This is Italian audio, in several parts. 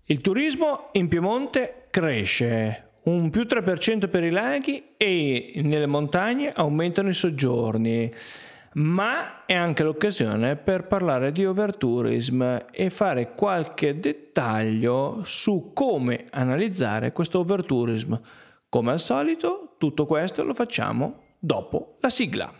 Il turismo in Piemonte cresce, un più 3% per i laghi e nelle montagne aumentano i soggiorni, ma è anche l'occasione per parlare di overtourism e fare qualche dettaglio su come analizzare questo overtourism. Come al solito, tutto questo lo facciamo dopo la sigla.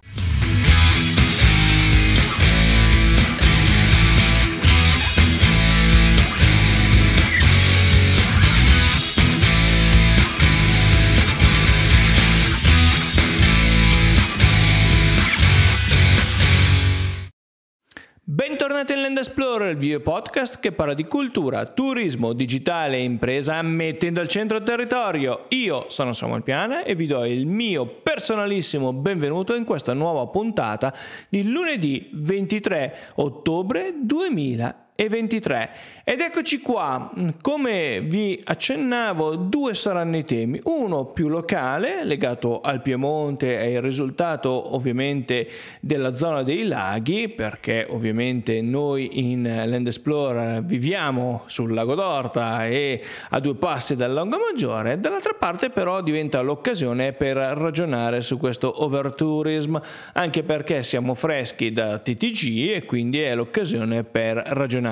Bentornati in Land Explorer, il video podcast che parla di cultura, turismo, digitale e impresa mettendo al centro il territorio. Io sono Samuel Piana e vi do il mio personalissimo benvenuto in questa nuova puntata di lunedì 23 ottobre 2023. Ed eccoci qua, come vi accennavo, due saranno i temi, uno più locale legato al Piemonte e il risultato ovviamente della zona dei laghi, perché ovviamente noi in Land Explorer viviamo sul lago d'Orta e a due passi dal Lago Maggiore. Dall'altra parte però diventa l'occasione per ragionare su questo overtourism, anche perché siamo freschi da TTG e quindi è l'occasione per ragionarci.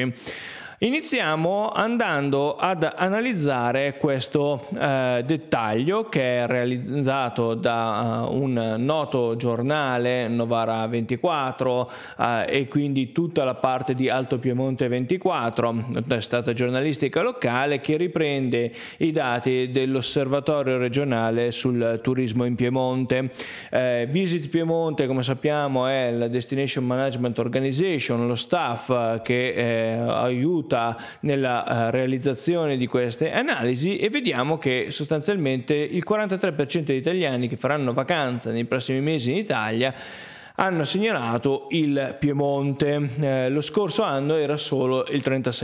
Iniziamo andando ad analizzare questo dettaglio che è realizzato da un noto giornale, Novara 24, e quindi tutta la parte di Alto Piemonte 24, testata giornalistica locale che riprende i dati dell'Osservatorio regionale sul turismo in Piemonte. Visit Piemonte, come sappiamo, è la Destination Management Organization, lo staff che aiuta nella realizzazione di queste analisi, e vediamo che sostanzialmente il 43% degli italiani che faranno vacanza nei prossimi mesi in Italia hanno segnalato il Piemonte. Lo scorso anno era solo il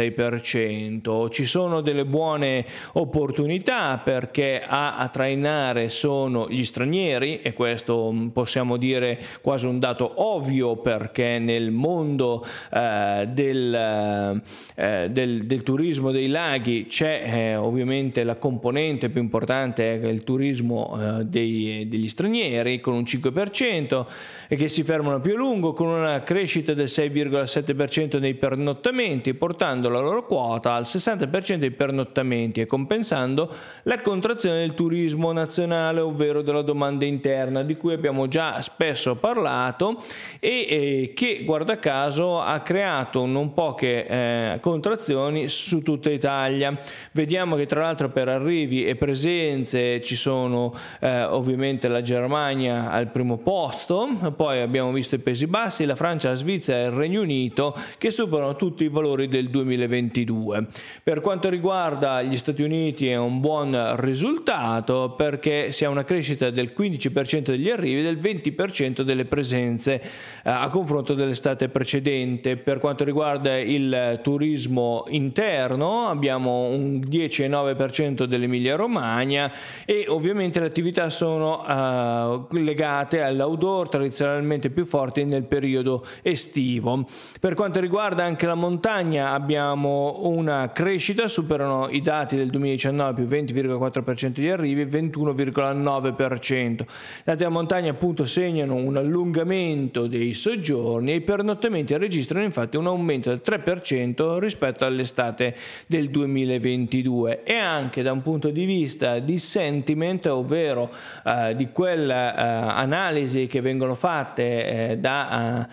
36%. Ci sono delle buone opportunità perché a trainare sono gli stranieri, e questo possiamo dire quasi un dato ovvio, perché nel mondo del turismo dei laghi c'è ovviamente la componente più importante, è il turismo degli stranieri, con un 5%, e che si fermano più a lungo, con una crescita del 6,7% nei pernottamenti, portando la loro quota al 60% dei pernottamenti e compensando la contrazione del turismo nazionale, ovvero della domanda interna, di cui abbiamo già spesso parlato e che, guarda caso, ha creato non poche contrazioni su tutta Italia. Vediamo che tra l'altro per arrivi e presenze ci sono ovviamente la Germania al primo posto, poi abbiamo visto i Paesi Bassi, la Francia, la Svizzera e il Regno Unito che superano tutti i valori del 2022. Per quanto riguarda gli Stati Uniti è un buon risultato, perché si ha una crescita del 15% degli arrivi e del 20% delle presenze a confronto dell'estate precedente. Per quanto riguarda il turismo interno abbiamo un 10,9% dell'Emilia Romagna, e ovviamente le attività sono legate all'outdoor, tradizionalmente più forti nel periodo estivo. Per quanto riguarda anche la montagna abbiamo una crescita, superano i dati del 2019, più 20,4% di arrivi e 21,9%. I dati della montagna appunto segnano un allungamento dei soggiorni e i pernottamenti registrano infatti un aumento del 3% rispetto all'estate del 2022, e anche da un punto di vista di sentiment, ovvero di quelle analisi che vengono fatte dai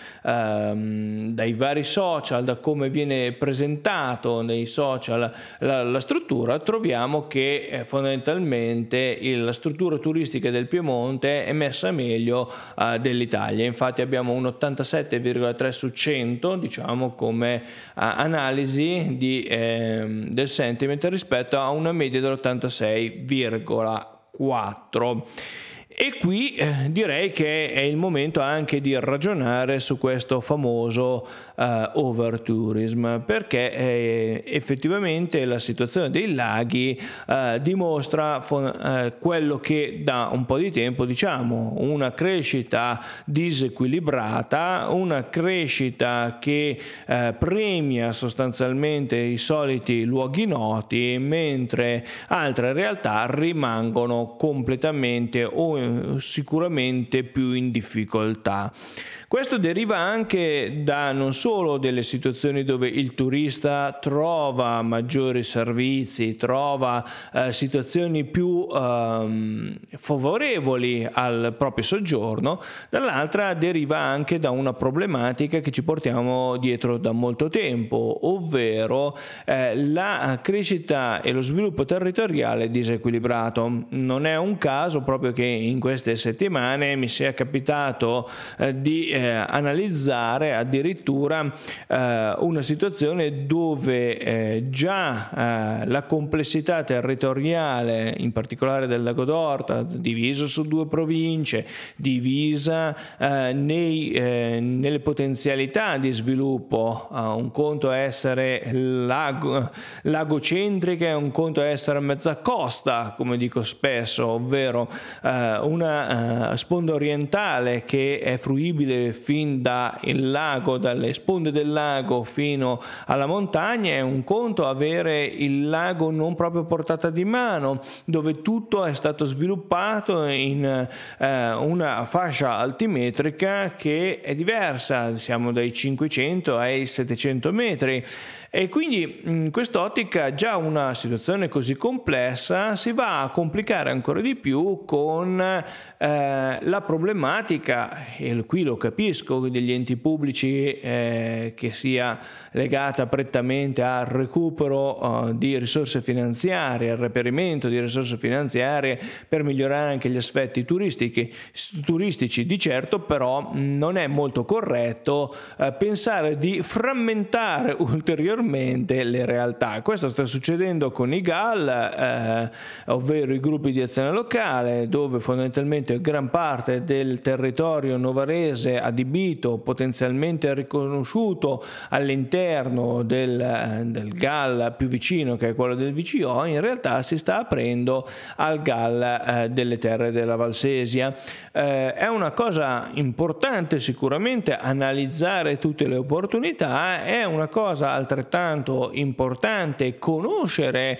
vari social, da come viene presentato nei social la struttura, troviamo che fondamentalmente la struttura turistica del Piemonte è messa meglio dell'Italia. Infatti abbiamo un 87,3 su 100, diciamo, come analisi del sentiment rispetto a una media dell'86,4. E qui direi che è il momento anche di ragionare su questo famoso overtourism, perché effettivamente la situazione dei laghi dimostra quello che da un po' di tempo diciamo, una crescita disequilibrata, una crescita che premia sostanzialmente i soliti luoghi noti, mentre altre realtà rimangono completamente o sicuramente più in difficoltà. Questo deriva anche da non solo delle situazioni dove il turista trova maggiori servizi, trova situazioni più favorevoli al proprio soggiorno, dall'altra deriva anche da una problematica che ci portiamo dietro da molto tempo, ovvero la crescita e lo sviluppo territoriale disequilibrato. Non è un caso proprio che in queste settimane mi sia capitato di analizzare addirittura una situazione dove già la complessità territoriale, in particolare del Lago d'Orta, diviso su 2 province, divisa nelle potenzialità di sviluppo, un conto è essere lagocentrica e un conto è essere mezza costa, come dico spesso, ovvero una sponda orientale che è fruibile fin dal lago, dalle sponde del lago fino alla montagna, è un conto avere il lago non proprio a portata di mano, dove tutto è stato sviluppato in una fascia altimetrica che è diversa, siamo dai 500 ai 700 metri. E quindi in quest'ottica già una situazione così complessa si va a complicare ancora di più con la problematica, e qui lo capisco, degli enti pubblici che sia legata prettamente al recupero di risorse finanziarie, al reperimento di risorse finanziarie per migliorare anche gli aspetti turistici. Di certo però non è molto corretto pensare di frammentare ulteriormente le realtà. Questo sta succedendo con i GAL, ovvero i gruppi di azione locale, dove fondamentalmente gran parte del territorio novarese adibito, potenzialmente riconosciuto all'interno del GAL più vicino, che è quello del VCO, in realtà si sta aprendo al GAL delle terre della Valsesia. È una cosa importante sicuramente analizzare tutte le opportunità, è una cosa altrettanto importante conoscere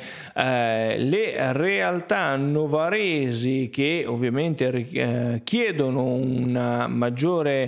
le realtà novaresi che ovviamente chiedono un maggiore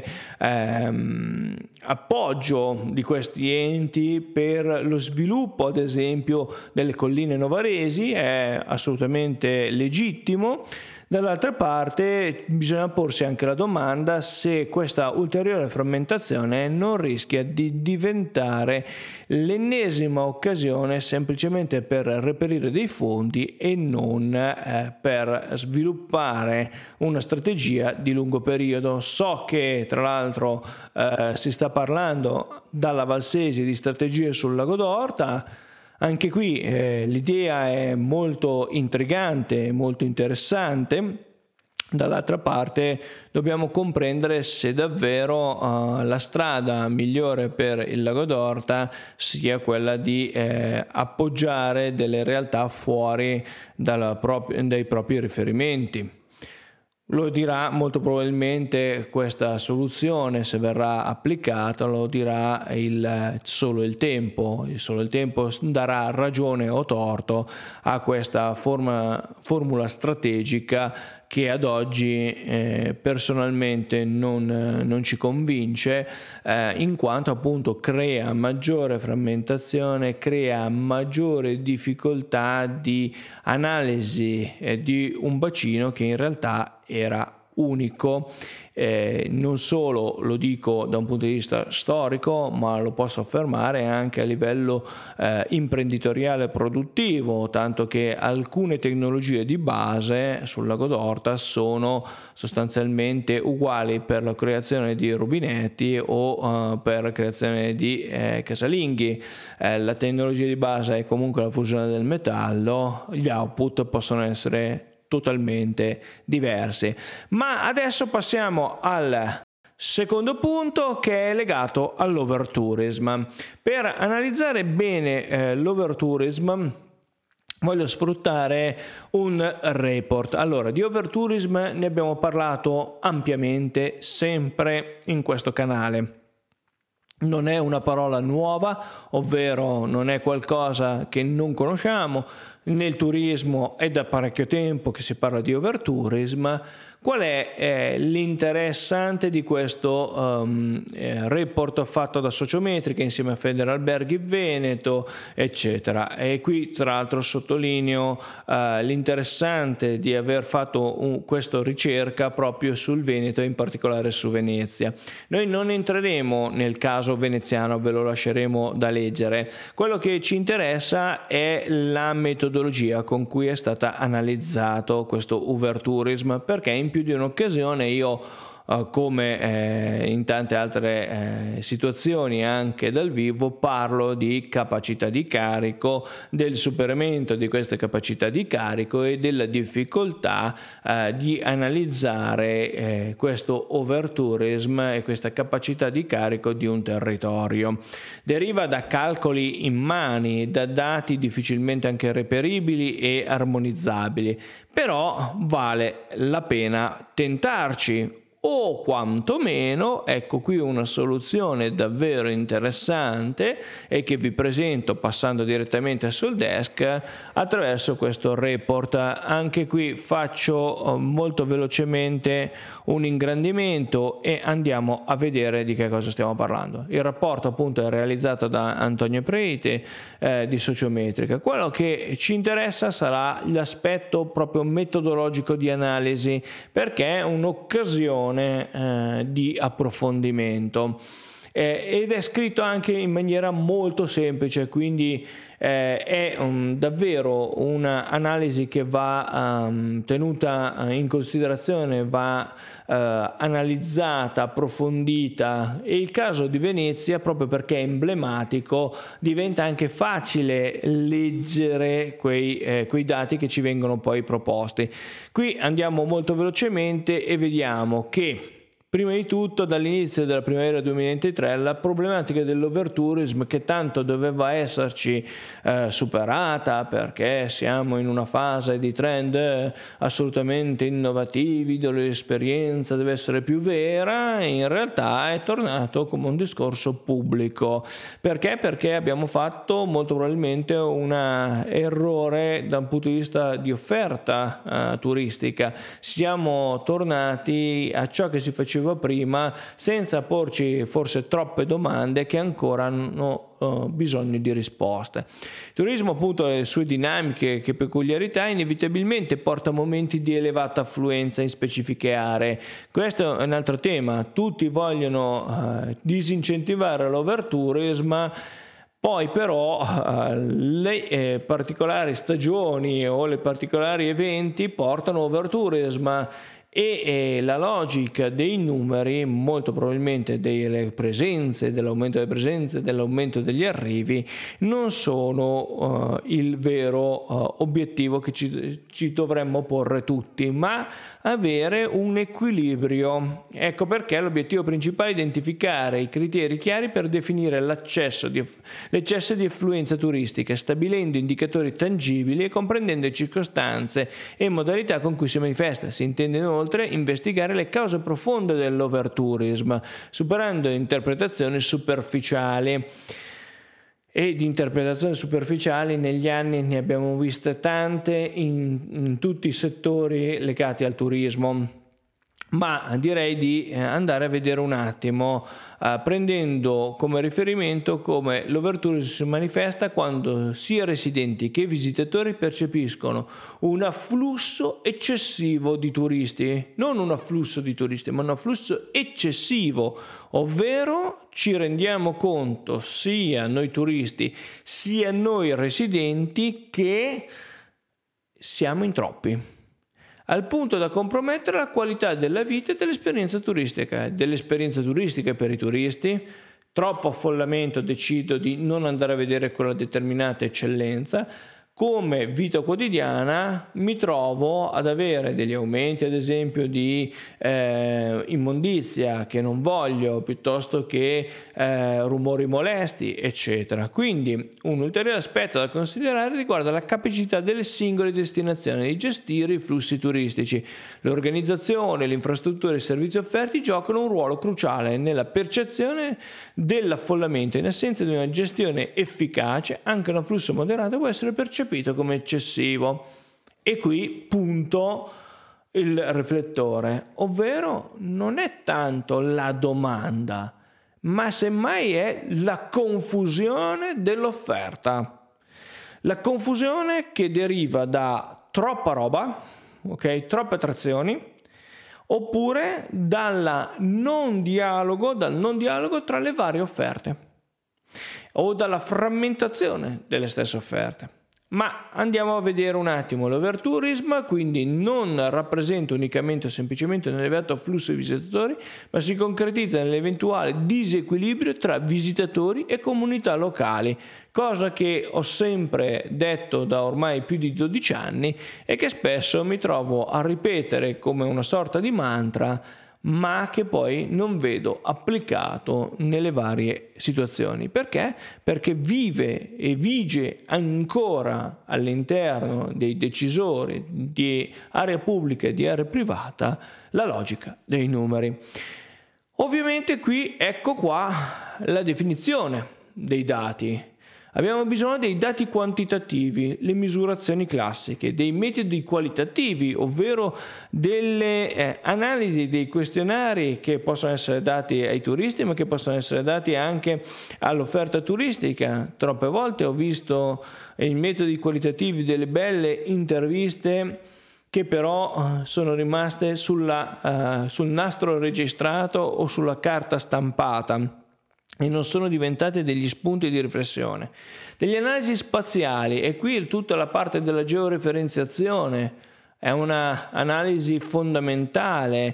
appoggio di questi enti per lo sviluppo, ad esempio, delle colline novaresi. È assolutamente legittimo. Dall'altra parte bisogna porsi anche la domanda se questa ulteriore frammentazione non rischia di diventare l'ennesima occasione semplicemente per reperire dei fondi e non per sviluppare una strategia di lungo periodo. So che tra l'altro si sta parlando dalla Valsesia di strategie sul Lago d'Orta. Anche qui l'idea è molto intrigante, molto interessante. Dall'altra parte dobbiamo comprendere se davvero la strada migliore per il Lago d'Orta sia quella di appoggiare delle realtà fuori dai propri riferimenti. Lo dirà molto probabilmente questa soluzione, se verrà applicata, lo dirà solo il tempo. Solo il tempo darà ragione o torto a questa formula strategica che ad oggi personalmente non ci convince, in quanto appunto crea maggiore frammentazione, crea maggiore difficoltà di analisi di un bacino che in realtà era unico. Non solo lo dico da un punto di vista storico, ma lo posso affermare anche a livello imprenditoriale produttivo, tanto che alcune tecnologie di base sul Lago d'Orta sono sostanzialmente uguali per la creazione di rubinetti o per la creazione di casalinghi. La tecnologia di base è comunque la fusione del metallo, gli output possono essere totalmente diversi. Ma adesso passiamo al secondo punto, che è legato all'overtourism. Per analizzare bene l'overtourism voglio sfruttare un report. Allora, di overtourism ne abbiamo parlato ampiamente sempre in questo canale. Non è una parola nuova, ovvero non è qualcosa che non conosciamo. Nel turismo è da parecchio tempo che si parla di overtourism. Qual è l'interessante di questo report fatto da Sociometrica insieme a Federalberghi Veneto, eccetera? E qui tra l'altro sottolineo l'interessante di aver fatto questa ricerca proprio sul Veneto e in particolare su Venezia. Noi non entreremo nel caso veneziano, ve lo lasceremo da leggere. Quello che ci interessa è la metodologia con cui è stata analizzato questo overtourism, perché in più di un'occasione io, come in tante altre situazioni anche dal vivo, parlo di capacità di carico, del superamento di queste capacità di carico e della difficoltà di analizzare questo overtourism e questa capacità di carico di un territorio. Deriva da calcoli immani, da dati difficilmente anche reperibili e armonizzabili, però vale la pena tentarci, o quantomeno, ecco qui una soluzione davvero interessante e che vi presento passando direttamente sul desk attraverso questo report. Anche qui faccio molto velocemente un ingrandimento e andiamo a vedere di che cosa stiamo parlando. Il rapporto appunto è realizzato da Antonio Preiti di Sociometrica. Quello che ci interessa sarà l'aspetto proprio metodologico di analisi, perché è un'occasione di approfondimento ed è scritto anche in maniera molto semplice, quindi è davvero un'analisi che va tenuta in considerazione, va analizzata, approfondita, e il caso di Venezia, proprio perché è emblematico, diventa anche facile leggere quei dati che ci vengono poi proposti. Qui andiamo molto velocemente e vediamo che prima di tutto, dall'inizio della primavera 2023, la problematica dell'overtourism, che tanto doveva esserci superata, perché siamo in una fase di trend assolutamente innovativi, dove l'esperienza deve essere più vera, in realtà è tornato come un discorso pubblico. Perché? Perché abbiamo fatto molto probabilmente un errore da un punto di vista di offerta turistica. Siamo tornati a ciò che si faceva prima, senza porci forse troppe domande che ancora hanno bisogno di risposte. Il turismo, appunto, le sue dinamiche e peculiarità inevitabilmente porta a momenti di elevata affluenza in specifiche aree. Questo è un altro tema. Tutti vogliono disincentivare l'overtourism. Poi però le particolari stagioni o le particolari eventi portano overtourism e la logica dei numeri, molto probabilmente delle presenze, dell'aumento delle presenze, dell'aumento degli arrivi, non sono il vero obiettivo che ci dovremmo porre tutti, ma avere un equilibrio. Ecco perché l'obiettivo principale è identificare i criteri chiari per definire l'eccesso di affluenza turistica, stabilendo indicatori tangibili e comprendendo circostanze e modalità con cui si manifesta. Si intende inoltre investigare le cause profonde dell'overtourism, superando interpretazioni superficiali. E di interpretazioni superficiali negli anni ne abbiamo viste tante in tutti i settori legati al turismo. Ma direi di andare a vedere un attimo, prendendo come riferimento come l'overtourism si manifesta quando sia residenti che visitatori percepiscono un afflusso eccessivo di turisti, non un afflusso di turisti, ma un afflusso eccessivo, ovvero ci rendiamo conto sia noi turisti sia noi residenti che siamo in troppi, al punto da compromettere la qualità della vita e dell'esperienza turistica per i turisti. Troppo affollamento, decido di non andare a vedere quella determinata eccellenza. come vita quotidiana mi trovo ad avere degli aumenti, ad esempio, di immondizia che non voglio, piuttosto che rumori molesti, eccetera. Quindi un ulteriore aspetto da considerare riguarda la capacità delle singole destinazioni di gestire i flussi turistici. L'organizzazione, le infrastrutture e i servizi offerti giocano un ruolo cruciale nella percezione dell'affollamento. In assenza di una gestione efficace, anche un afflusso moderato può essere percepito come eccessivo. E qui punto il riflettore, ovvero non è tanto la domanda, ma semmai è la confusione dell'offerta. La confusione che deriva da troppa roba, ok, troppe attrazioni, oppure dal non dialogo tra le varie offerte o dalla frammentazione delle stesse offerte. Ma andiamo a vedere un attimo. L'overtourism quindi non rappresenta unicamente o semplicemente un elevato flusso di visitatori, ma si concretizza nell'eventuale disequilibrio tra visitatori e comunità locali, cosa che ho sempre detto da ormai più di 12 anni e che spesso mi trovo a ripetere come una sorta di mantra, ma che poi non vedo applicato nelle varie situazioni. Perché? Perché vive e vige ancora all'interno dei decisori di area pubblica e di area privata la logica dei numeri. Ovviamente qui ecco qua la definizione dei dati. Abbiamo bisogno dei dati quantitativi, le misurazioni classiche, dei metodi qualitativi, ovvero delle analisi dei questionari che possono essere dati ai turisti, ma che possono essere dati anche all'offerta turistica. Troppe volte ho visto i metodi qualitativi delle belle interviste che però sono rimaste sul nastro registrato o sulla carta stampata e non sono diventate degli spunti di riflessione. Delle analisi spaziali, e qui tutta la parte della georeferenziazione è una analisi fondamentale,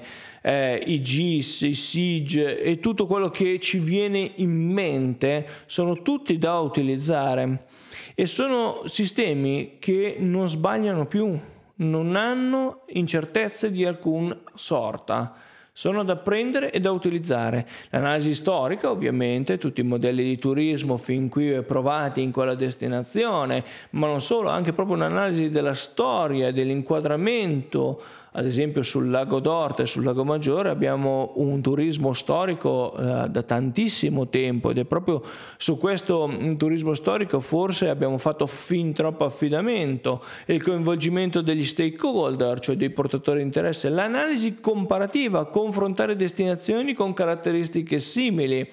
i GIS, i SIG e tutto quello che ci viene in mente sono tutti da utilizzare e sono sistemi che non sbagliano più, non hanno incertezze di alcun sorta. Sono da prendere e da utilizzare. L'analisi storica, ovviamente, tutti i modelli di turismo fin qui provati in quella destinazione, ma non solo, anche proprio un'analisi della storia, dell'inquadramento. Ad esempio sul Lago d'Orta e sul Lago Maggiore abbiamo un turismo storico da tantissimo tempo ed è proprio su questo turismo storico forse abbiamo fatto fin troppo affidamento e il coinvolgimento degli stakeholder, cioè dei portatori di interesse, l'analisi comparativa, confrontare destinazioni con caratteristiche simili.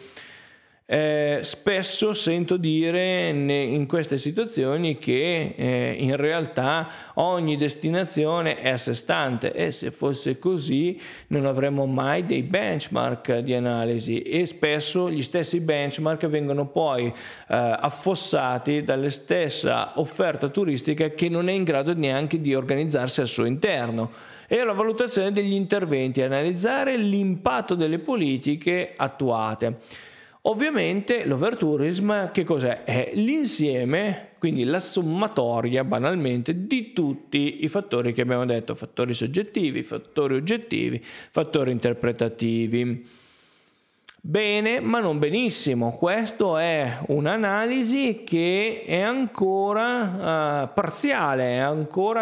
Spesso sento dire in queste situazioni che in realtà ogni destinazione è a sé stante e se fosse così non avremmo mai dei benchmark di analisi e spesso gli stessi benchmark vengono poi affossati dalla stessa offerta turistica che non è in grado neanche di organizzarsi al suo interno. E la valutazione degli interventi, analizzare l'impatto delle politiche attuate. Ovviamente l'overtourism che cos'è? È l'insieme, quindi la sommatoria banalmente di tutti i fattori che abbiamo detto, fattori soggettivi, fattori oggettivi, fattori interpretativi. Bene, ma non benissimo. Questa è un'analisi che è ancora parziale, è ancora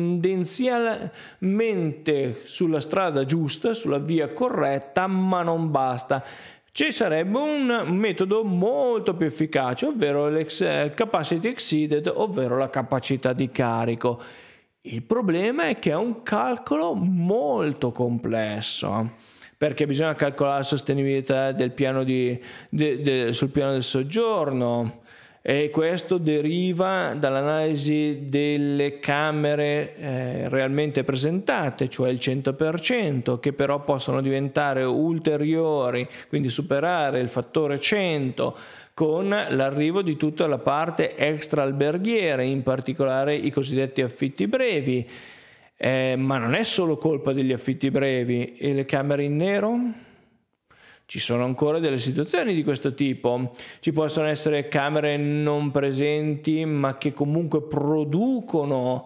tendenzialmente sulla strada giusta, sulla via corretta, ma non basta. Ci sarebbe un metodo molto più efficace, ovvero capacity exceeded, ovvero la capacità di carico. Il problema è che è un calcolo molto complesso, perché bisogna calcolare la sostenibilità del piano sul piano del soggiorno, e questo deriva dall'analisi delle camere realmente presentate, cioè il 100%, che però possono diventare ulteriori, quindi superare il fattore 100 con l'arrivo di tutta la parte extra alberghiera, in particolare i cosiddetti affitti brevi. Ma non è solo colpa degli affitti brevi. E le camere in nero? Ci sono ancora delle situazioni di questo tipo, ci possono essere camere non presenti ma che comunque producono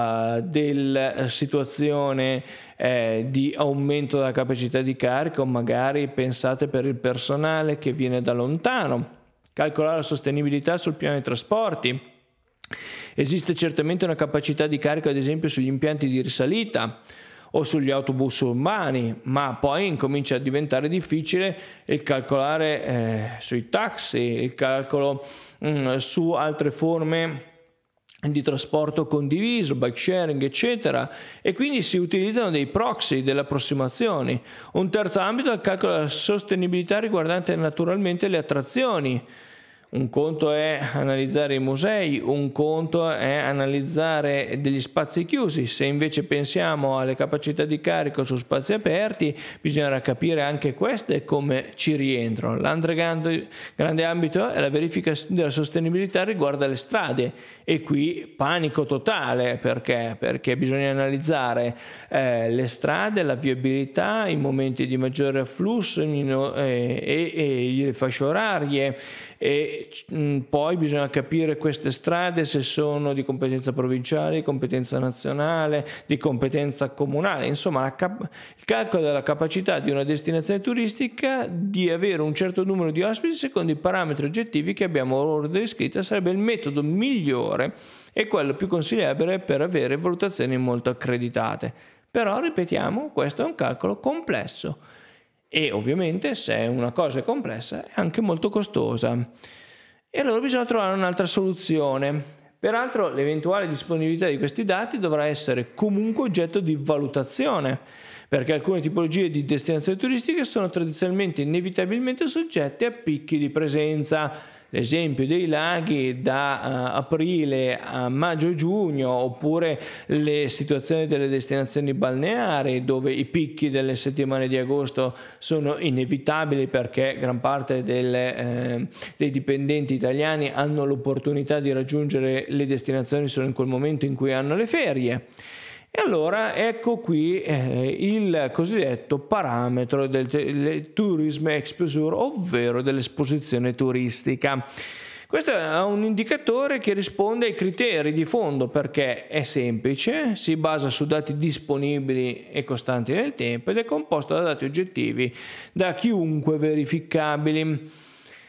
della situazione di aumento della capacità di carico, magari pensate per il personale che viene da lontano. Calcolare la sostenibilità sul piano dei trasporti. Esiste certamente una capacità di carico ad esempio sugli impianti di risalita o sugli autobus urbani, ma poi incomincia a diventare difficile il calcolare sui taxi, il calcolo su altre forme di trasporto condiviso, bike sharing, eccetera, e quindi si utilizzano dei proxy, delle approssimazioni. Un terzo ambito è il calcolo della sostenibilità riguardante naturalmente le attrazioni. Un conto è analizzare i musei, un conto è analizzare degli spazi chiusi. Se invece pensiamo alle capacità di carico su spazi aperti, bisognerà capire anche queste come ci rientrano. L'altro grande ambito è la verifica della sostenibilità riguardo alle strade, e qui panico totale perché bisogna analizzare le strade, la viabilità, i momenti di maggiore afflusso e le fasce orarie, e poi bisogna capire queste strade se sono di competenza provinciale, di competenza nazionale, di competenza comunale. Insomma, il calcolo della capacità di una destinazione turistica di avere un certo numero di ospiti secondo i parametri oggettivi che abbiamo ora descritti sarebbe il metodo migliore e quello più consigliabile per avere valutazioni molto accreditate. Però, ripetiamo, questo è un calcolo complesso e ovviamente se una cosa è complessa è anche molto costosa. E allora bisogna trovare un'altra soluzione. Peraltro l'eventuale disponibilità di questi dati dovrà essere comunque oggetto di valutazione, perché alcune tipologie di destinazioni turistiche sono tradizionalmente inevitabilmente soggette a picchi di presenza. L'esempio dei laghi da aprile a maggio-giugno, oppure le situazioni delle destinazioni balneari dove i picchi delle settimane di agosto sono inevitabili perché gran parte dei dipendenti italiani hanno l'opportunità di raggiungere le destinazioni solo in quel momento in cui hanno le ferie. E allora ecco qui il cosiddetto parametro del tourism exposure, ovvero dell'esposizione turistica. Questo è un indicatore che risponde ai criteri di fondo perché è semplice, si basa su dati disponibili e costanti nel tempo ed è composto da dati oggettivi da chiunque verificabili.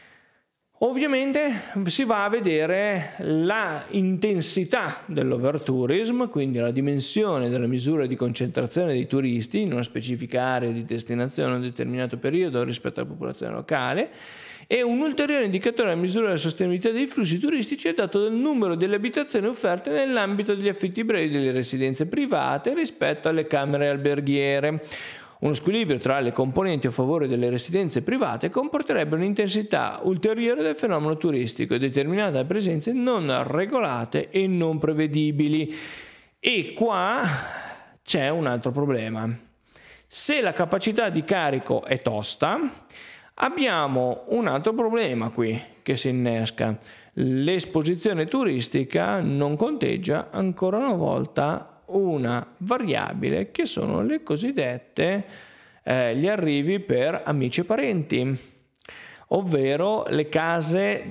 Ovviamente si va a vedere la intensità dell'overtourism, quindi la dimensione della misura di concentrazione dei turisti in una specifica area di destinazione in un determinato periodo rispetto alla popolazione locale, e un ulteriore indicatore della misura della sostenibilità dei flussi turistici è dato dal numero delle abitazioni offerte nell'ambito degli affitti brevi delle residenze private rispetto alle camere alberghiere. Uno squilibrio tra le componenti a favore delle residenze private comporterebbe un'intensità ulteriore del fenomeno turistico determinata da presenze non regolate e non prevedibili. E qua c'è un altro problema. Se la capacità di carico è tosta, abbiamo un altro problema qui che si innesca. L'esposizione turistica non conteggia ancora una volta una variabile che sono le cosiddette gli arrivi per amici e parenti, ovvero le case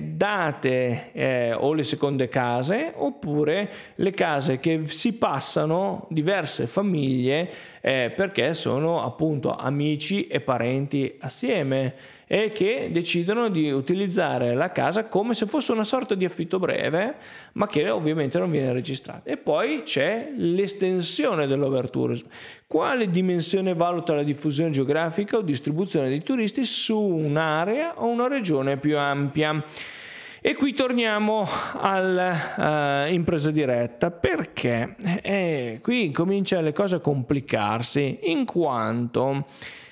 date o le seconde case, oppure le case che si passano diverse famiglie perché sono appunto amici e parenti assieme e che decidono di utilizzare la casa come se fosse una sorta di affitto breve, ma che ovviamente non viene registrato. E poi c'è l'estensione dell'overtourism. Quale dimensione valuta la diffusione geografica o distribuzione dei turisti su un'area o una regione più ampia? E qui torniamo all'impresa diretta, perché qui comincia le cose a complicarsi, in quanto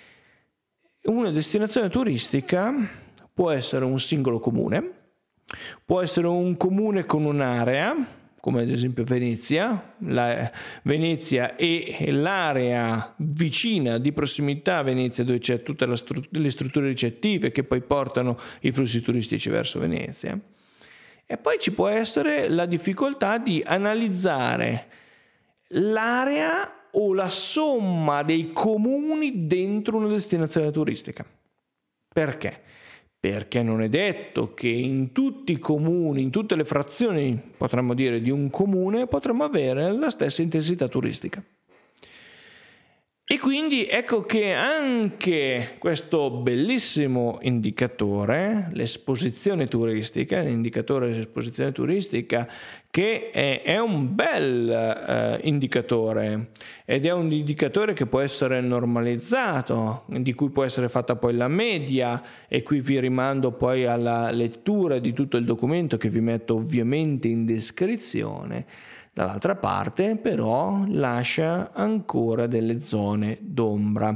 una destinazione turistica può essere un singolo comune, può essere un comune con un'area, come ad esempio Venezia, Venezia e l'area vicina di prossimità a Venezia, dove c'è tutte le strutture ricettive che poi portano i flussi turistici verso Venezia. E poi ci può essere la difficoltà di analizzare l'area o la somma dei comuni dentro una destinazione turistica. Perché? Perché non è detto che in tutti i comuni, in tutte le frazioni, potremmo dire, di un comune, potremmo avere la stessa intensità turistica. E quindi ecco che anche questo bellissimo indicatore, l'esposizione turistica, l'indicatore dell'esposizione turistica, che è un bel indicatore, ed è un indicatore che può essere normalizzato, di cui può essere fatta poi la media, e qui vi rimando poi alla lettura di tutto il documento che vi metto ovviamente in descrizione. Dall'altra parte però lascia ancora delle zone d'ombra.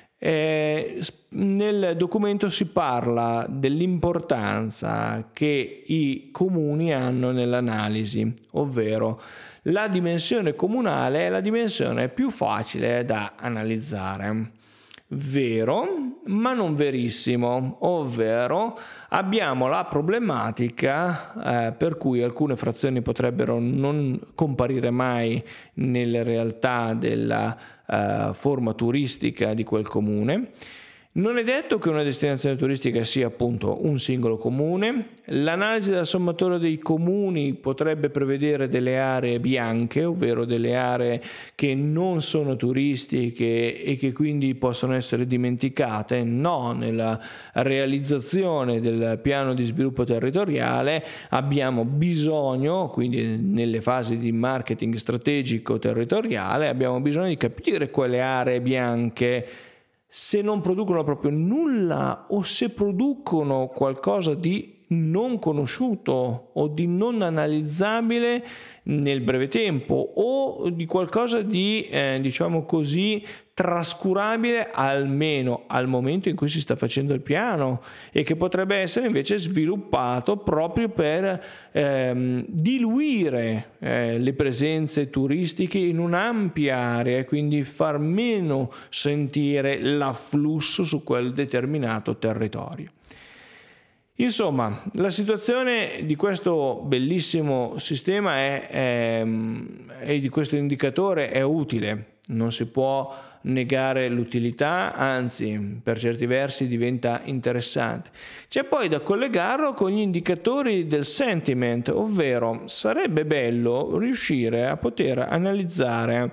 Nel documento si parla dell'importanza che i comuni hanno nell'analisi, ovvero la dimensione comunale è la dimensione più facile da analizzare. Vero, ma non verissimo, ovvero abbiamo la problematica per cui alcune frazioni potrebbero non comparire mai nelle realtà della forma turistica di quel comune. Non è detto che una destinazione turistica sia appunto un singolo comune. L'analisi della sommatoria dei comuni potrebbe prevedere delle aree bianche, ovvero delle aree che non sono turistiche e che quindi possono essere dimenticate. No, nella realizzazione del piano di sviluppo territoriale abbiamo bisogno, quindi nelle fasi di marketing strategico territoriale, abbiamo bisogno di capire quelle aree bianche, se non producono proprio nulla o se producono qualcosa di non conosciuto o di non analizzabile nel breve tempo, o di qualcosa di diciamo così trascurabile almeno al momento in cui si sta facendo il piano, e che potrebbe essere invece sviluppato proprio per diluire le presenze turistiche in un'ampia area e quindi far meno sentire l'afflusso su quel determinato territorio. Insomma, la situazione di questo bellissimo sistema e di questo indicatore è utile, non si può negare l'utilità, anzi per certi versi diventa interessante. C'è poi da collegarlo con gli indicatori del sentiment, ovvero sarebbe bello riuscire a poter analizzare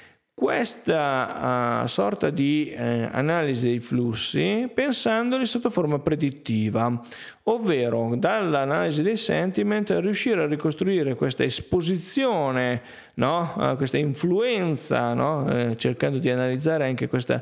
questa sorta di analisi dei flussi pensandoli sotto forma predittiva, ovvero dall'analisi dei sentiment riuscire a ricostruire questa esposizione, no? Questa influenza, no? Cercando di analizzare anche questa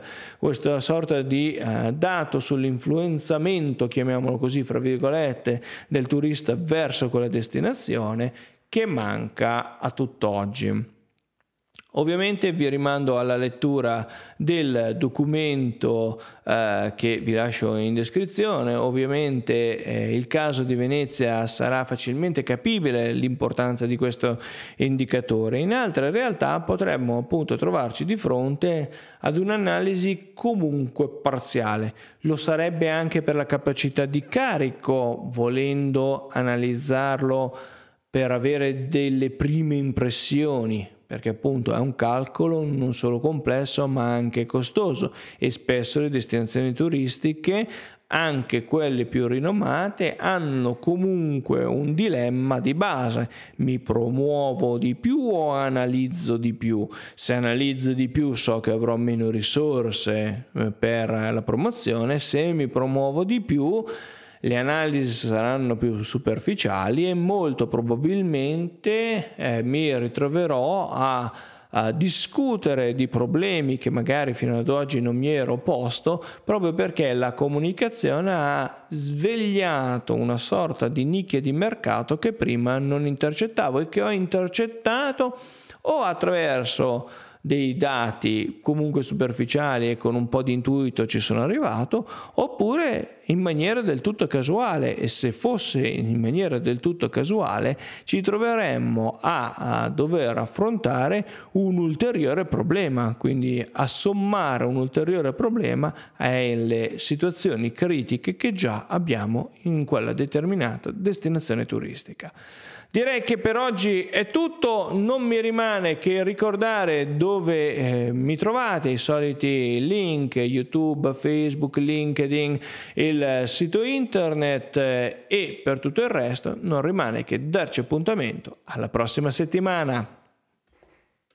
sorta di dato sull'influenzamento, chiamiamolo così, fra virgolette, del turista verso quella destinazione, che manca a tutt'oggi. Ovviamente vi rimando alla lettura del documento che vi lascio in descrizione. Ovviamente il caso di Venezia sarà facilmente capibile l'importanza di questo indicatore. In altre realtà potremmo appunto trovarci di fronte ad un'analisi comunque parziale. Lo sarebbe anche per la capacità di carico, volendo analizzarlo per avere delle prime impressioni, perché appunto è un calcolo non solo complesso ma anche costoso, e spesso le destinazioni turistiche, anche quelle più rinomate, hanno comunque un dilemma di base: mi promuovo di più o analizzo di più? Se analizzo di più so che avrò meno risorse per la promozione, se mi promuovo di più le analisi saranno più superficiali e molto probabilmente mi ritroverò a discutere di problemi che magari fino ad oggi non mi ero posto, proprio perché la comunicazione ha svegliato una sorta di nicchia di mercato che prima non intercettavo e che ho intercettato o attraverso dei dati comunque superficiali e con un po' di intuito ci sono arrivato, oppure in maniera del tutto casuale. E se fosse in maniera del tutto casuale ci troveremmo a dover affrontare un ulteriore problema, quindi a sommare un ulteriore problema alle situazioni critiche che già abbiamo in quella determinata destinazione turistica. Direi che per oggi è tutto, non mi rimane che ricordare dove mi trovate, i soliti link: YouTube, Facebook, LinkedIn, il il sito internet e per tutto il resto non rimane che darci appuntamento alla prossima settimana.